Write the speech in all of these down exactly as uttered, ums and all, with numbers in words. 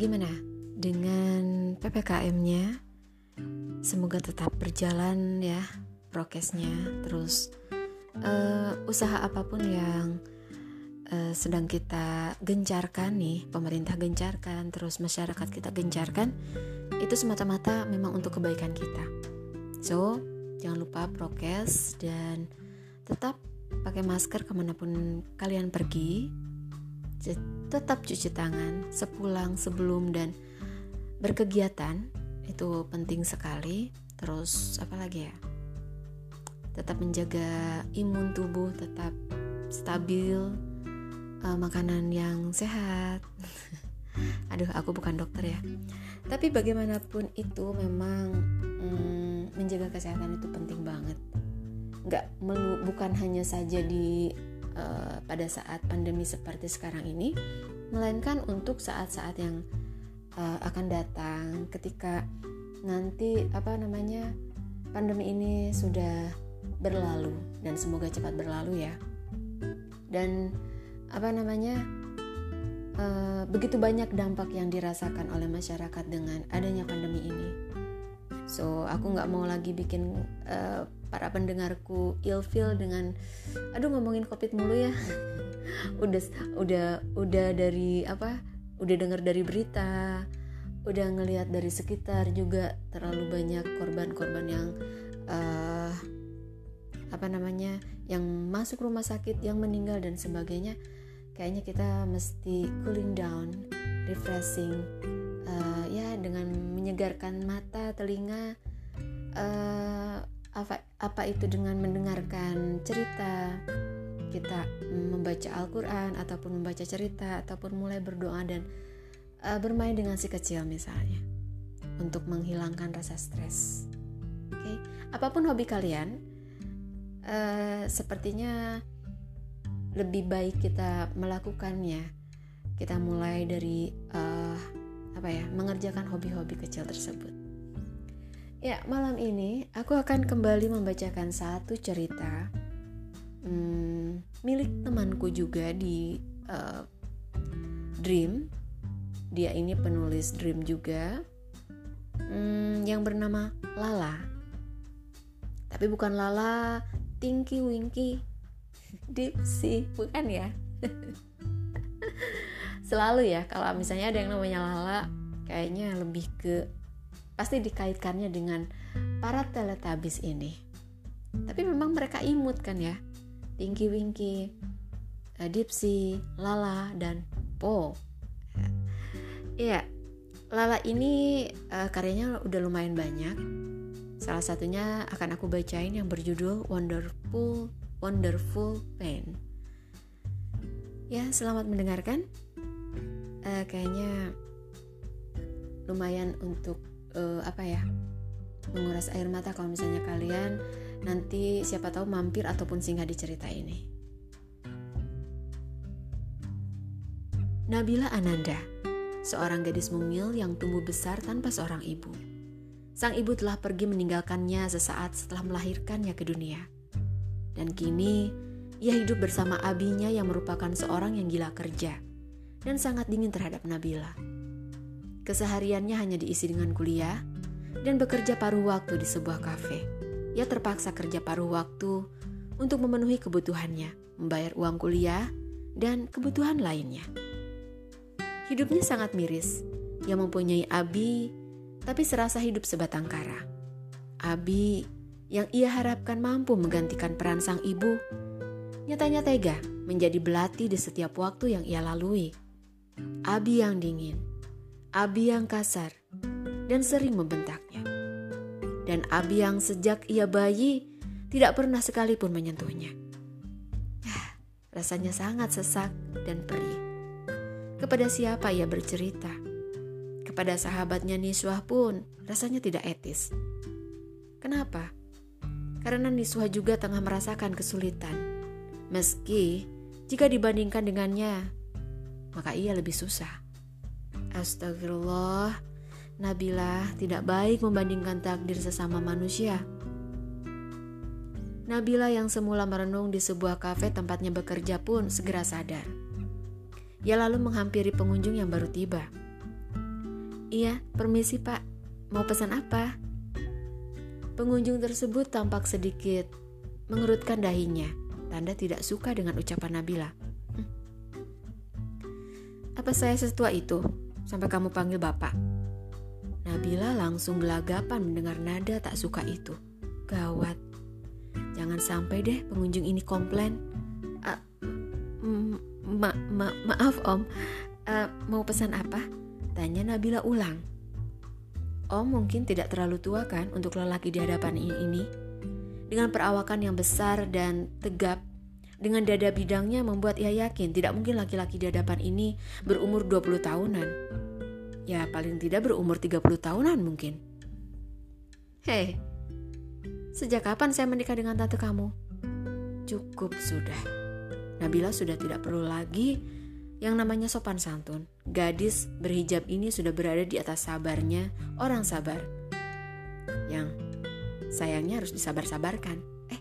gimana dengan P P K M-nya? Semoga tetap berjalan ya prokesnya. Terus uh, usaha apapun yang uh, sedang kita gencarkan nih, pemerintah gencarkan, terus masyarakat kita gencarkan, itu semata-mata memang untuk kebaikan kita. So, jangan lupa prokes dan tetap pakai masker kemanapun kalian pergi. Tetap cuci tangan sepulang, sebelum, dan berkegiatan. Itu penting sekali. Terus apa lagi ya? Tetap menjaga imun tubuh, tetap stabil, uh, makanan yang sehat. Aduh, aku bukan dokter ya. Tapi bagaimanapun itu memang hmm, menjaga kesehatan itu penting banget. Nggak melu, bukan hanya saja di uh, pada saat pandemi seperti sekarang ini, melainkan untuk saat-saat yang uh, akan datang ketika nanti apa namanya pandemi ini sudah berlalu, dan semoga cepat berlalu ya. Dan apa namanya uh, begitu banyak dampak yang dirasakan oleh masyarakat dengan adanya pandemi ini. So aku nggak mau lagi bikin uh, para pendengarku ilfeel dengan aduh ngomongin covid mulu ya. udah udah udah dari apa udah dengar dari berita, udah ngelihat dari sekitar juga terlalu banyak korban-korban yang uh, apa namanya yang masuk rumah sakit, yang meninggal dan sebagainya. Kayaknya kita mesti cooling down, refreshing, uh, ya dengan menyegarkan mata, telinga, uh, apa apa itu dengan mendengarkan cerita, kita membaca Al-Quran ataupun membaca cerita ataupun mulai berdoa dan uh, bermain dengan si kecil misalnya untuk menghilangkan rasa stres. Oke, okay? Apapun hobi kalian, uh, sepertinya lebih baik kita melakukannya. Kita mulai dari uh, apa ya, mengerjakan hobi-hobi kecil tersebut. Ya, malam ini aku akan kembali membacakan satu cerita hmm, milik temanku juga di uh, Dream. Dia ini penulis Dream juga, hmm, yang bernama Lala. Tapi bukan Lala Tinky Winky Dipsy, bukan ya. Selalu ya kalau misalnya ada yang namanya Lala, kayaknya lebih ke pasti dikaitkannya dengan para Teletubbies ini. Tapi memang mereka imut kan ya, Tinky Winky, Dipsy, Lala, dan Po. Iya, Lala ini uh, karyanya udah lumayan banyak. Salah satunya akan aku bacain yang berjudul Wonderful Wonderful Pain. Ya, selamat mendengarkan. Uh, kayaknya lumayan untuk uh, apa ya, menguras air mata kalau misalnya kalian nanti siapa tahu mampir ataupun singgah di cerita ini. Nabila Ananda, seorang gadis mungil yang tumbuh besar tanpa seorang ibu. Sang ibu telah pergi meninggalkannya sesaat setelah melahirkannya ke dunia. Dan kini, ia hidup bersama abinya yang merupakan seorang yang gila kerja dan sangat dingin terhadap Nabila. Kesehariannya hanya diisi dengan kuliah dan bekerja paruh waktu di sebuah kafe. Ia terpaksa kerja paruh waktu untuk memenuhi kebutuhannya, membayar uang kuliah, dan kebutuhan lainnya. Hidupnya sangat miris. Ia mempunyai abi, tapi serasa hidup sebatang kara. Abi yang ia harapkan mampu menggantikan peran sang ibu, nyatanya tega menjadi belati di setiap waktu yang ia lalui. Abi yang dingin, abi yang kasar, dan sering membentaknya. Dan abi yang sejak ia bayi tidak pernah sekalipun menyentuhnya. Ah, rasanya sangat sesak dan perih. Kepada siapa ia bercerita? Kepada sahabatnya Niswah pun rasanya tidak etis. Kenapa? Karena Niswah juga tengah merasakan kesulitan. Meski jika dibandingkan dengannya, maka ia lebih susah. Astagfirullah, Nabila tidak baik membandingkan takdir sesama manusia. Nabila yang semula merenung di sebuah kafe tempatnya bekerja pun segera sadar. Ia lalu menghampiri pengunjung yang baru tiba. Iya, permisi Pak. Mau pesan apa? Pengunjung tersebut tampak sedikit mengerutkan dahinya, tanda tidak suka dengan ucapan Nabila. Hm. Apa saya setua itu sampai kamu panggil Bapak? Nabila langsung gelagapan mendengar nada tak suka itu. Gawat. Jangan sampai deh pengunjung ini komplain. Uh, ma ma maaf Om, uh, mau pesan apa? Tanya Nabila ulang. Om mungkin tidak terlalu tua kan untuk lelaki di hadapan ini. Dengan perawakan yang besar dan tegap, dengan dada bidangnya membuat ia yakin tidak mungkin laki-laki di hadapan ini berumur dua puluh tahunan. Ya paling tidak berumur tiga puluh tahunan mungkin. Hei, sejak kapan saya menikah dengan tante kamu? Cukup sudah. Nabila sudah tidak perlu lagi yang namanya sopan santun. Gadis berhijab ini sudah berada di atas sabarnya orang sabar, yang sayangnya harus disabar-sabarkan. Eh,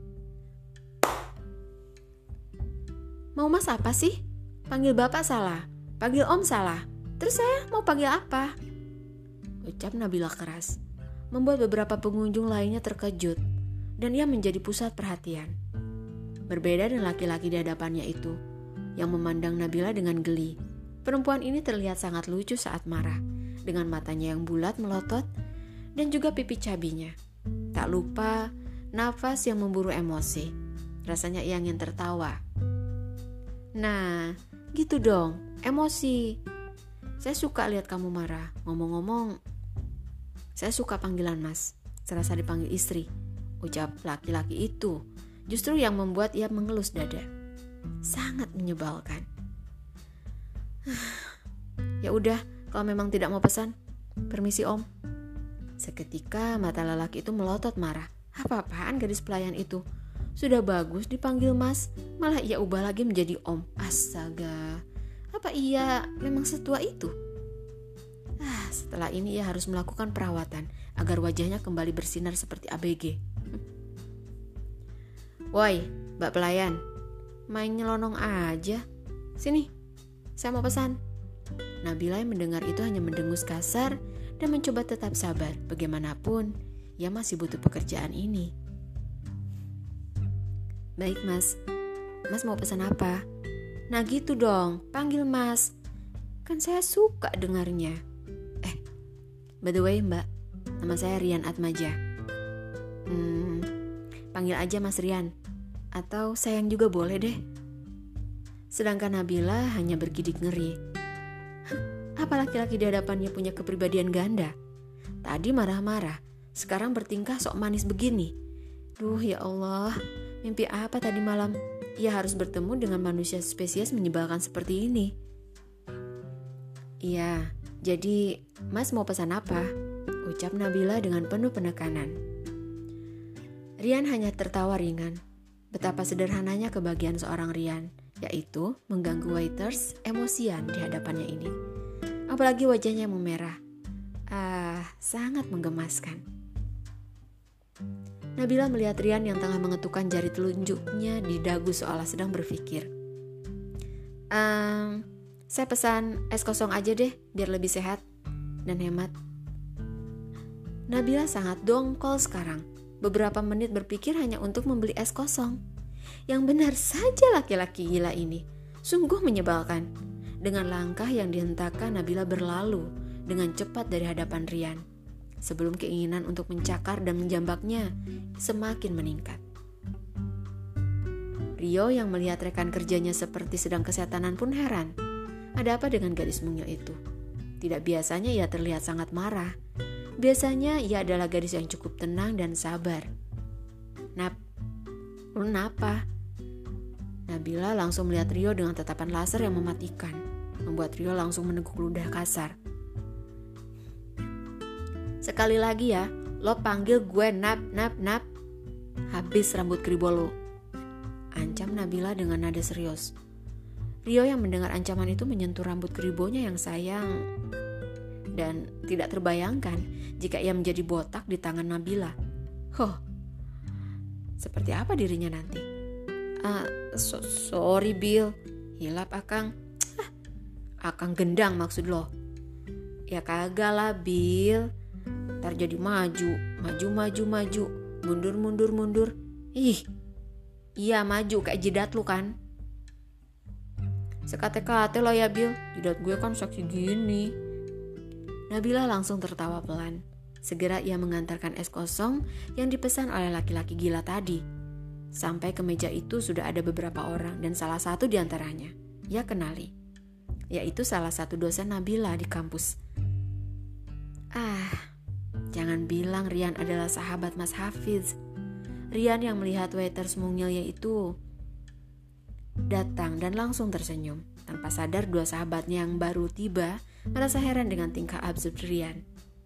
mau mas apa sih? Panggil bapak salah, panggil om salah. Terus saya mau panggil apa? Ucap Nabila keras, membuat beberapa pengunjung lainnya terkejut, dan ia menjadi pusat perhatian. Berbeda dengan laki-laki di hadapannya itu, yang memandang Nabila dengan geli. Perempuan ini terlihat sangat lucu saat marah, dengan matanya yang bulat melotot dan juga pipi cabinya. Tak lupa nafas yang memburu emosi. Rasanya ia ingin tertawa. Nah, gitu dong, emosi. Saya suka lihat kamu marah. Ngomong-ngomong, saya suka panggilan mas, serasa dipanggil istri. Ucap laki-laki itu justru yang membuat ia mengelus dada. Sangat menyebalkan. Ya udah, kalau memang tidak mau pesan, permisi om. Seketika mata lelaki itu melotot marah. Apa-apaan gadis pelayan itu? Sudah bagus dipanggil mas, malah ia ubah lagi menjadi om. Astaga, apa ia memang setua itu? Ah, setelah ini ia harus melakukan perawatan agar wajahnya kembali bersinar seperti A B G. Woi, mbak pelayan, main nyelonong aja. Sini, saya mau pesan. Nabila yang mendengar itu hanya mendengus kasar dan mencoba tetap sabar. Bagaimanapun, ia masih butuh pekerjaan ini. Baik mas, mas mau pesan apa? Nah gitu dong, panggil mas. Kan saya suka dengarnya. Eh, by the way mbak, nama saya Rian Atmaja. Hmm, panggil aja mas Rian. Atau sayang juga boleh deh. Sedangkan Nabila hanya bergidik ngeri. Apa laki-laki di hadapannya punya kepribadian ganda? Tadi marah-marah, sekarang bertingkah sok manis begini. Duh ya Allah, mimpi apa tadi malam? Ia harus bertemu dengan manusia spesies menyebalkan seperti ini. Iya, jadi mas mau pesan apa? Ucap Nabila dengan penuh penekanan. Rian hanya tertawa ringan. Betapa sederhananya kebahagiaan seorang Rian, yaitu mengganggu waiters emosian di hadapannya ini. Apalagi wajahnya memerah. Ah, sangat menggemaskan. Nabila melihat Rian yang tengah mengetukkan jari telunjuknya di dagu seolah sedang berpikir. Um, saya pesan es kosong aja deh, biar lebih sehat dan hemat. Nabila sangat dongkol sekarang. Beberapa menit berpikir hanya untuk membeli es kosong. Yang benar saja laki-laki gila ini. Sungguh menyebalkan. Dengan langkah yang dihentakkan, Nabila berlalu dengan cepat dari hadapan Rian. Sebelum keinginan untuk mencakar dan menjambaknya semakin meningkat. Rio yang melihat rekan kerjanya seperti sedang kesetanan pun heran. Ada apa dengan gadis mungil itu? Tidak biasanya ia terlihat sangat marah. Biasanya ia adalah gadis yang cukup tenang dan sabar. Nap, lu kenapa? Nabila langsung melihat Rio dengan tatapan laser yang mematikan, membuat Rio langsung meneguk ludah kasar. Sekali lagi ya, lo panggil gue nap, nap, nap. Habis rambut kribo lo. Ancam Nabila dengan nada serius. Rio yang mendengar ancaman itu menyentuh rambut kribonya yang sayang. Dan tidak terbayangkan jika ia menjadi botak di tangan Nabila. Huh, seperti apa dirinya nanti? Uh, so, sorry Bill, hilap akang. Hah, akang gendang maksud lo. Ya kagak lah Bil, ntar jadi maju, maju maju maju, mundur mundur mundur. Ih, iya maju kayak jidat lu kan. Sekate-kate lah ya Bil, jidat gue kan seksi gini. Nabila langsung tertawa pelan. Segera ia mengantarkan es kosong yang dipesan oleh laki-laki gila tadi. Sampai ke meja itu sudah ada beberapa orang dan salah satu diantaranya ia kenali, yaitu salah satu dosen Nabila di kampus. Ah, jangan bilang Rian adalah sahabat Mas Hafiz. Rian yang melihat waiter mungilnya itu datang dan langsung tersenyum. Tanpa sadar dua sahabatnya yang baru tiba merasa heran dengan tingkah absurd Rian.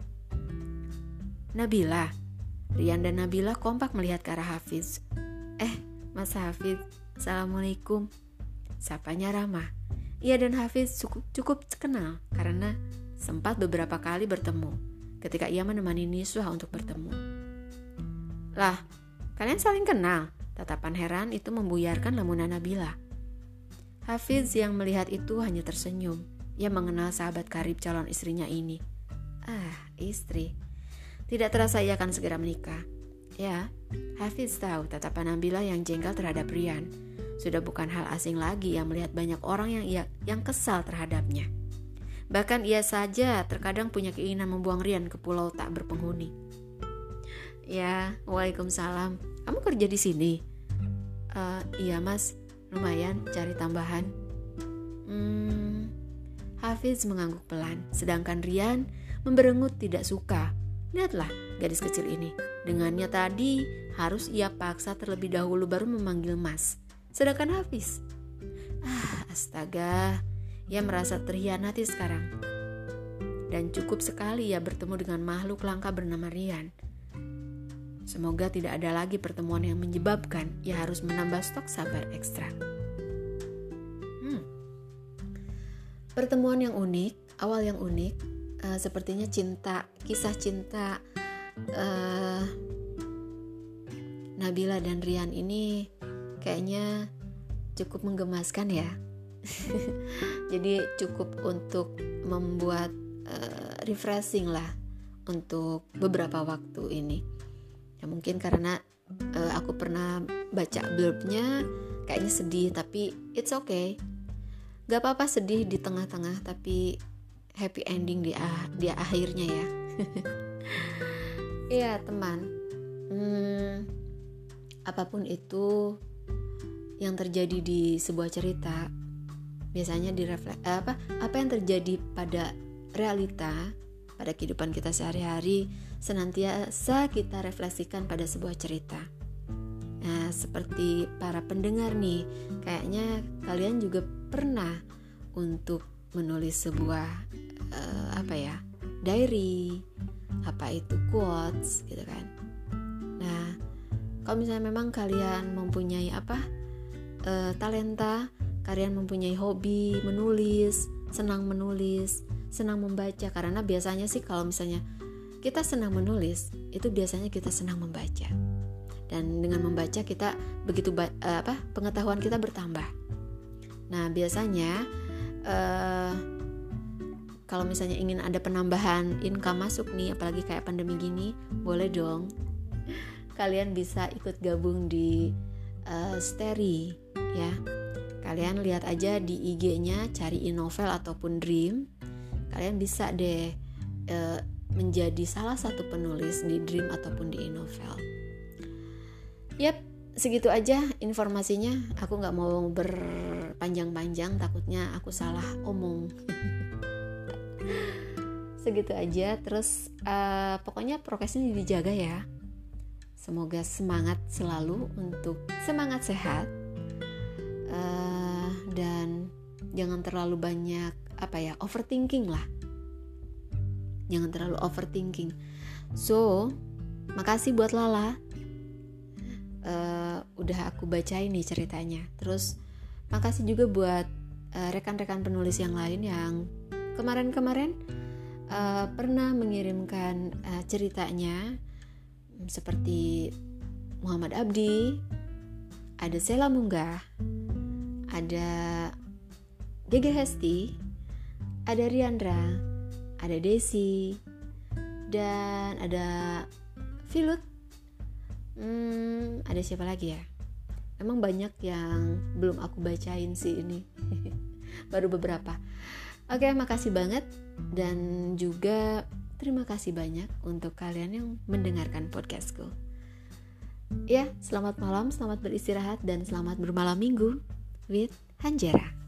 Nabila, Rian dan Nabila kompak melihat ke arah Hafiz. Eh, Mas Hafiz, Assalamualaikum. Sapanya ramah. Ia dan Hafiz cukup, cukup kenal karena sempat beberapa kali bertemu ketika ia menemani Niswah untuk bertemu. Lah, kalian saling kenal? Tatapan heran itu membuyarkan lamunan Nabila. Hafiz yang melihat itu hanya tersenyum. Ia mengenal sahabat karib calon istrinya ini. Ah, istri. Tidak terasa ia akan segera menikah. Ya, Hafiz tahu tatapan Nabila yang jengkel terhadap Rian. Sudah bukan hal asing lagi yang melihat banyak orang yang ia, yang kesal terhadapnya. Bahkan ia saja terkadang punya keinginan membuang Rian ke pulau tak berpenghuni. Ya, waalaikumsalam. Kamu kerja di sini? Uh, iya mas, lumayan cari tambahan. Hmm, Hafiz mengangguk pelan, sedangkan Rian memberengut tidak suka. Lihatlah gadis kecil ini. Dengannya tadi harus ia paksa terlebih dahulu baru memanggil mas. Sedangkan Hafiz, ah astaga, ia merasa terhianati sekarang. Dan cukup sekali ia bertemu dengan makhluk langka bernama Rian. Semoga tidak ada lagi pertemuan yang menyebabkan ia harus menambah stok sabar ekstra. Hmm. Pertemuan yang unik, awal yang unik. Uh, sepertinya cinta, kisah cinta uh, Nabila dan Rian ini kayaknya cukup menggemaskan ya. Jadi cukup untuk membuat uh, refreshing lah untuk beberapa waktu ini. Ya mungkin karena uh, aku pernah baca blurbnya kayaknya sedih, tapi it's okay. Gak apa-apa sedih di tengah-tengah, tapi happy ending di, ah, di akhirnya ya. Iya teman, hmm, apapun itu yang terjadi di sebuah cerita, biasanya direflek apa apa yang terjadi pada realita, pada kehidupan kita sehari-hari, senantiasa kita refleksikan pada sebuah cerita. Nah, seperti para pendengar nih, kayaknya kalian juga pernah untuk menulis sebuah uh, apa ya, diary, apa itu quotes gitu kan. Nah, kalau misalnya memang kalian mempunyai apa uh, talenta, kalian mempunyai hobi menulis, senang menulis, senang membaca, karena biasanya sih kalau misalnya kita senang menulis, itu biasanya kita senang membaca. Dan dengan membaca kita begitu ba- uh, apa pengetahuan kita bertambah. Nah, biasanya Uh, kalau misalnya ingin ada penambahan income masuk nih, apalagi kayak pandemi gini, boleh dong kalian bisa ikut gabung di uh, Steri ya. Kalian lihat aja di I G-nya, cari Inovel ataupun Dream. Kalian bisa deh uh, menjadi salah satu penulis di Dream ataupun di Inovel. Yap, segitu aja informasinya. Aku gak mau berpanjang-panjang, takutnya aku salah omong. Segitu aja. Terus uh, pokoknya prokesnya dijaga ya. Semoga semangat selalu untuk semangat sehat. uh, Dan jangan terlalu banyak apa ya, overthinking lah. Jangan terlalu overthinking. So, makasih buat Lala. Uh, udah aku bacain nih ceritanya. Terus makasih juga buat uh, rekan-rekan penulis yang lain yang kemarin-kemarin uh, pernah mengirimkan uh, ceritanya, seperti Muhammad Abdi, ada Sela Munggah, ada G G Hesti, ada Riandra, ada Desi, dan ada Filut. Hmm, ada siapa lagi ya? Emang banyak yang belum aku bacain sih ini. Baru beberapa. Oke, makasih banget. Dan juga terima kasih banyak untuk kalian yang mendengarkan podcastku. Ya, selamat malam, selamat beristirahat, dan selamat bermalam minggu with Hanjera.